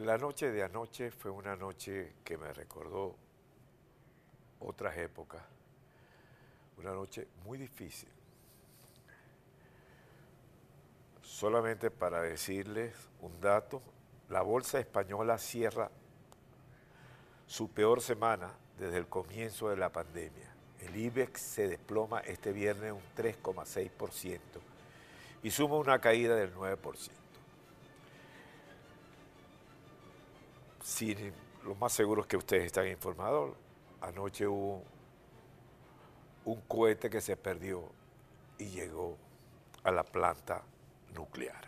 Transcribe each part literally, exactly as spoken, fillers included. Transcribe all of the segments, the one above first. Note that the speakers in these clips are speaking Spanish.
La noche de anoche fue una noche que me recordó otras épocas, una noche muy difícil. Solamente para decirles un dato, la bolsa española cierra su peor semana desde el comienzo de la pandemia. El IBEX se desploma este viernes un tres coma seis por ciento y suma una caída del nueve por ciento. Si lo más seguro es que ustedes están informados, anoche hubo un cohete que se perdió y llegó a la planta nuclear.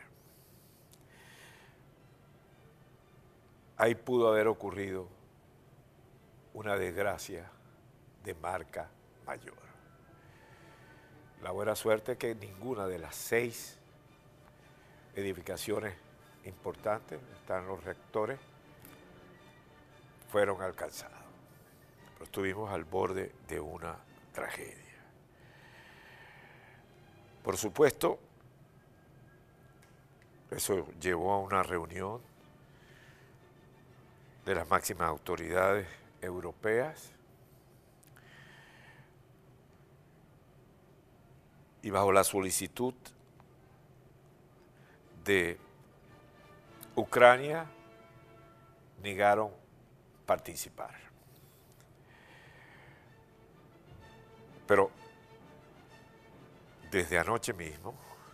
Ahí pudo haber ocurrido una desgracia de marca mayor. La buena suerte es que ninguna de las seis edificaciones importantes, están los reactores, fueron alcanzados. Pero estuvimos al borde de una tragedia. Por supuesto, eso llevó a una reunión de las máximas autoridades europeas y bajo la solicitud de Ucrania negaron participar. Pero desde anoche mismo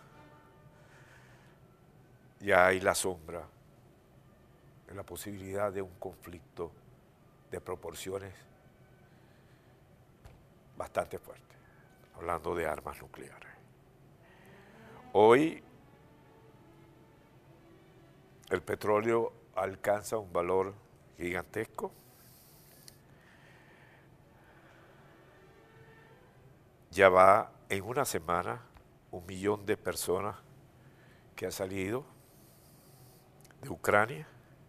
ya hay la sombra de la posibilidad de un conflicto de proporciones bastante fuertes, hablando de armas nucleares. Hoy el petróleo alcanza un valor gigantesco. Ya va en una semana un millón de personas que han salido de Ucrania.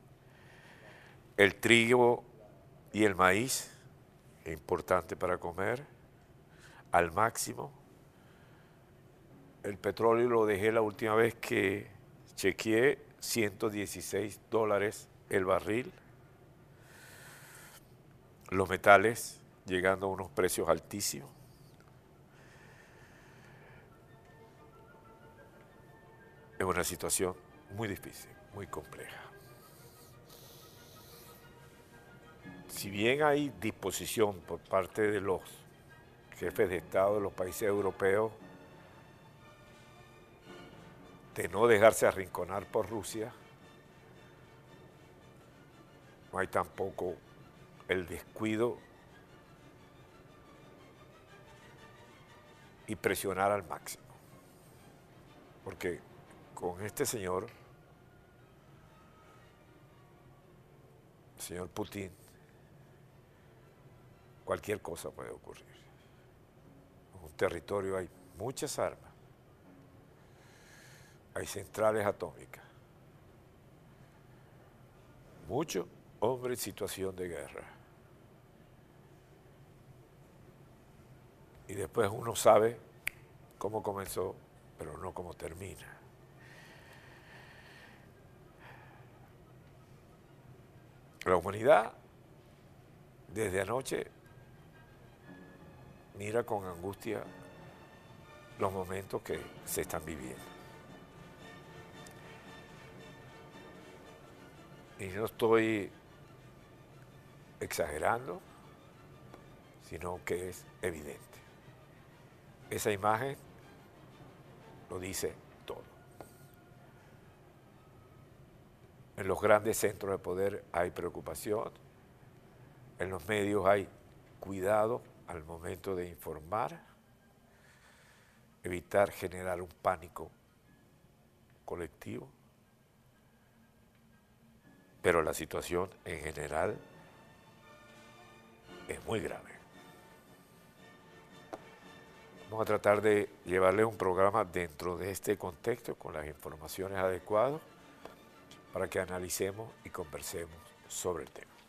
El trigo y el maíz, es importante para comer, al máximo. El petróleo lo dejé la última vez que chequeé, ciento dieciséis dólares el barril. Los metales llegando a unos precios altísimos. Es una situación muy difícil, muy compleja. Si bien hay disposición por parte de los jefes de Estado de los países europeos de no dejarse arrinconar por Rusia, no hay tampoco el descuido y presionar al máximo. Porque con este señor, señor Putin, cualquier cosa puede ocurrir. En un territorio hay muchas armas, hay centrales atómicas, muchos hombres en situación de guerra. Y después uno sabe cómo comenzó, pero no cómo termina. La humanidad, desde anoche, mira con angustia los momentos que se están viviendo. Y no estoy exagerando, sino que es evidente. Esa imagen lo dice todo. En los grandes centros de poder hay preocupación, en los medios hay cuidado al momento de informar, evitar generar un pánico colectivo, pero la situación en general es muy grave. Vamos a tratar de llevarles un programa dentro de este contexto con las informaciones adecuadas para que analicemos y conversemos sobre el tema.